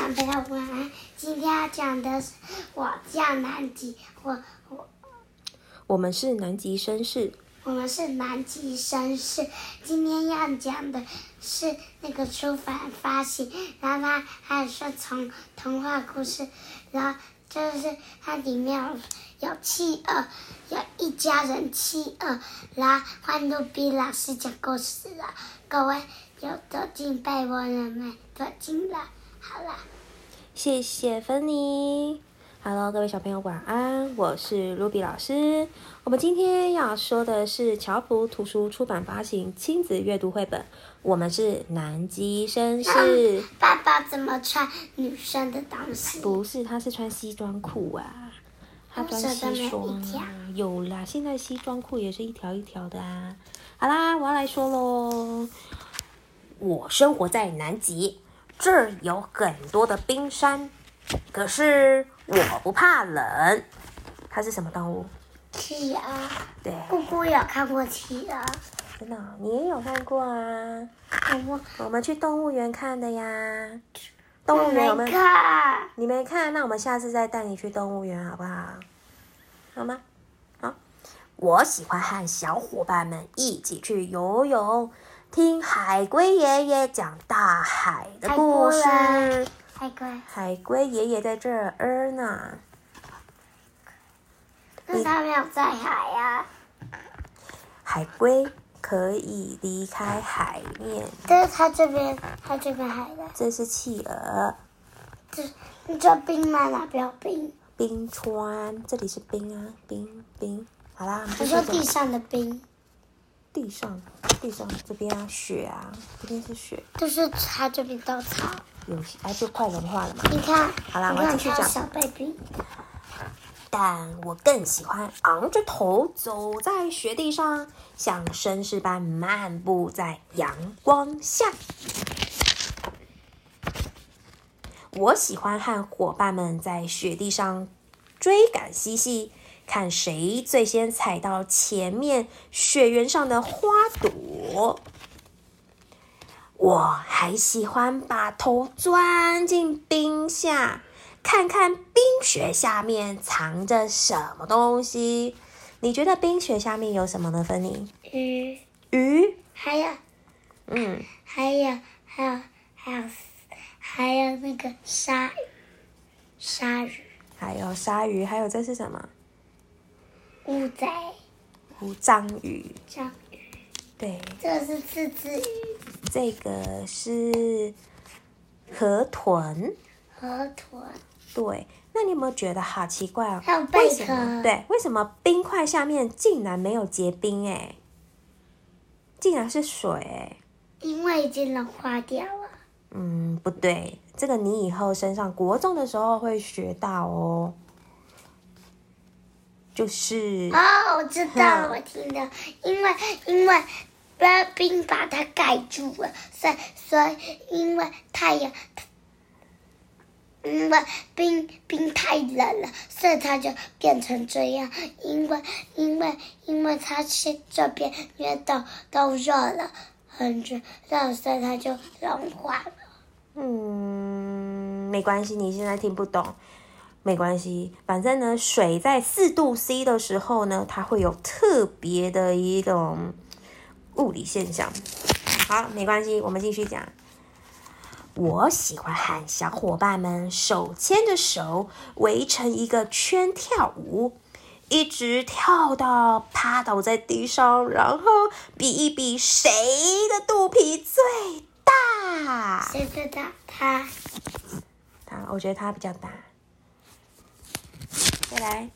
小朋友晚安。今天要讲的是我叫南极， 我们是南极绅士。 我们是南极绅士。今天要讲的是那个出版发行，然后它还是从童话故事，然后就是它里面有企鹅，有一家人企鹅，然后换露比老师讲故事了。各位有躲进被窝了没？躲进了。好了， 谢谢芬妮。Hello， 各位小朋友晚安，我是 Ruby 老师。我们今天要说的是乔普图书出版发行亲子阅读绘本。我们是南极绅士。 爸爸怎么穿女生的东西？ 不是，他是穿西装裤啊。他穿西装啊，有啦，现在西装裤也是一条一条的啊。好啦，我要来说咯。我生活在南极，这儿有很多的冰山，可是我不怕冷。它是什么动物？ 企鹅。 对， 姑姑有看过企鹅。 真的，你也有看过啊？我们去动物园看的呀。动物园有没有？ 看。 你没看？那我们下次再带你去动物园好不好？好吗？好。我喜欢和小伙伴们一起去游泳，听海龟爷爷讲大海的故事。海龟爷爷在这儿呢。 那他没有在海呀。 海龟可以离开海面。 但是他这边海的。 这是企鹅。 这冰吗？哪边有冰？ 冰川，这里是冰啊，冰。好啦， 我说地上的冰。 地上这边啊，雪啊，这边是雪。 就是它这边都草。 就快融化了嘛。 你看。 好啦，我继续讲。 小 baby。 但我更喜欢昂着头走在雪地上，像绅士般漫步在阳光下。我喜欢和伙伴们在雪地上追赶嬉戏，看谁最先踩到前面雪原上的花朵。我还喜欢把头钻进冰下，看看冰雪下面藏着什么东西。你觉得冰雪下面有什么呢，芬妮？鱼？ 还有那个鲨鱼。 还有鲨鱼，还有这是什么？章鱼。对。 这是刺刺鱼。 这个是河豚。对，那你有没有觉得好奇怪哦？ 还有贝壳。 对，为什么冰块下面竟然没有结冰？竟然是水。 因为已经融化掉了。 不对，这个你以后升上国中的时候会学到哦。就是我知道了，我听的，因为冰把它盖住了，所以因为太阳。因为冰太冷了，所以它就变成这样。因为它是这边因为都热了，很热，所以它就融化了。 没关系，你现在听不懂，没关系。反正呢，水在4°C 的时候呢，它会有特别的一种物理现象。好，没关系，我们继续讲。我喜欢和小伙伴们手牵着手围成一个圈跳舞，一直跳到趴倒在地上，然后比一比谁的肚皮最大。 谁最大？他， 我觉得他比较大。再来，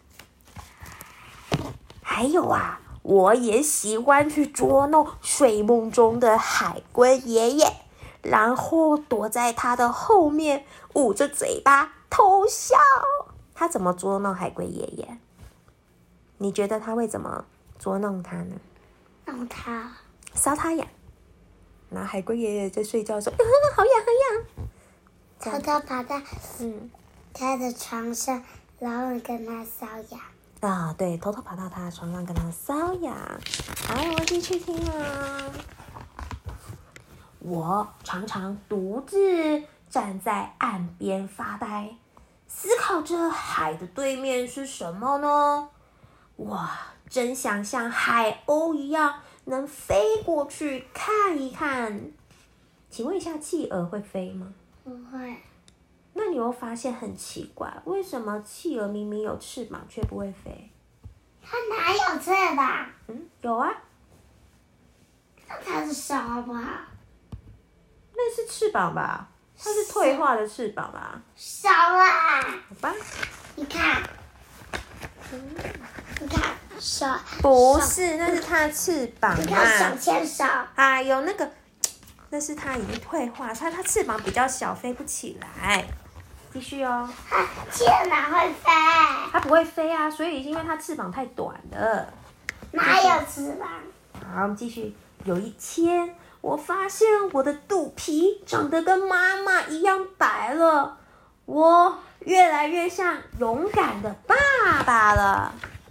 还有啊，我也喜欢去捉弄睡梦中的海龟爷爷。然后躲在他的后面，捂着嘴巴偷笑。他怎么捉弄海龟爷爷？你觉得他会怎么捉弄他呢？ 弄他， 搔他痒。然后海龟爷爷在睡觉说：“好痒好痒。”偷偷爬到他的床上，然后跟他搔痒。 对，偷偷爬到他的床上跟他搔痒。好，我继续听啊。我常常独自站在岸边发呆，思考着海的对面是什么呢？哇，真想像海鸥一样能飞过去看一看。请问一下，企鹅会飞吗？ 不会。 那你又发现很奇怪，为什么企鹅明明有翅膀却不会飞？ 它哪有翅膀？ 有啊。 那它是手好不好？ 那是翅膀吧？它是退化的翅膀吧？ 手啊！ 好吧。 你看，你看手。 不是，那是它的翅膀你看手牵手。 啊，有那个，那是它已经退化，它翅膀比较小，飞不起来。继续哦。 企鹅哪会飞？ 它不会飞啊，所以因为它翅膀太短了。 哪有翅膀？ 好，我们继续。有一天，我发现我的肚皮长得跟妈妈一样白了，我越来越像勇敢的爸爸了。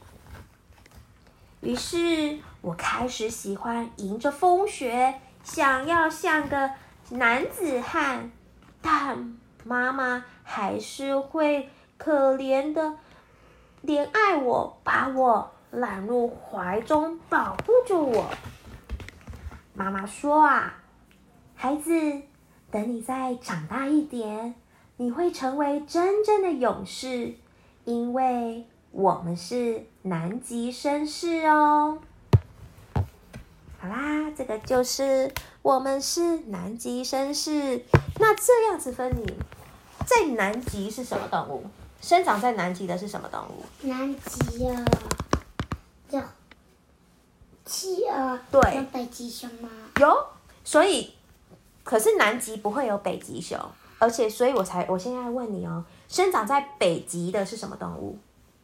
于是我开始喜欢迎着风雪，想要像个男子汉，但妈妈还是会可怜的怜爱我，把我揽入怀中，保护着我。妈妈说啊，孩子，等你再长大一点，你会成为真正的勇士，因为我们是南极绅士哦。好啦，这个就是我们是南极绅士。那这样子分你，在南极是什么动物？生长在南极的是什么动物？ 南极啊，有企鹅。 对。 有北极熊吗？ 有，所以可是南极不会有北极熊，而且所以我现在问你哦，生长在北极的是什么动物？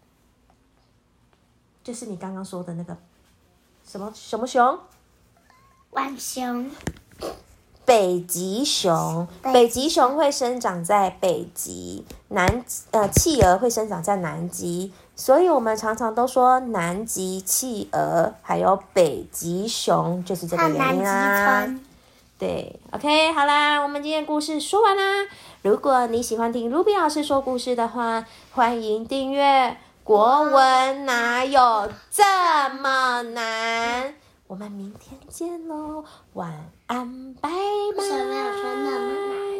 就是你刚刚说的那个什么熊？ 浣熊。 北极熊，北极熊会生长在北极，企鹅会生长在南极，所以我们常常都说南极企鹅，还有北极熊，就是这个原因啦。对 ，OK， 好啦，我们今天故事说完啦。如果你喜欢听 Ruby 老师说故事的话，欢迎订阅。国文哪有这么难？我们明天见喽，晚安，拜拜。 为什么要说那么难？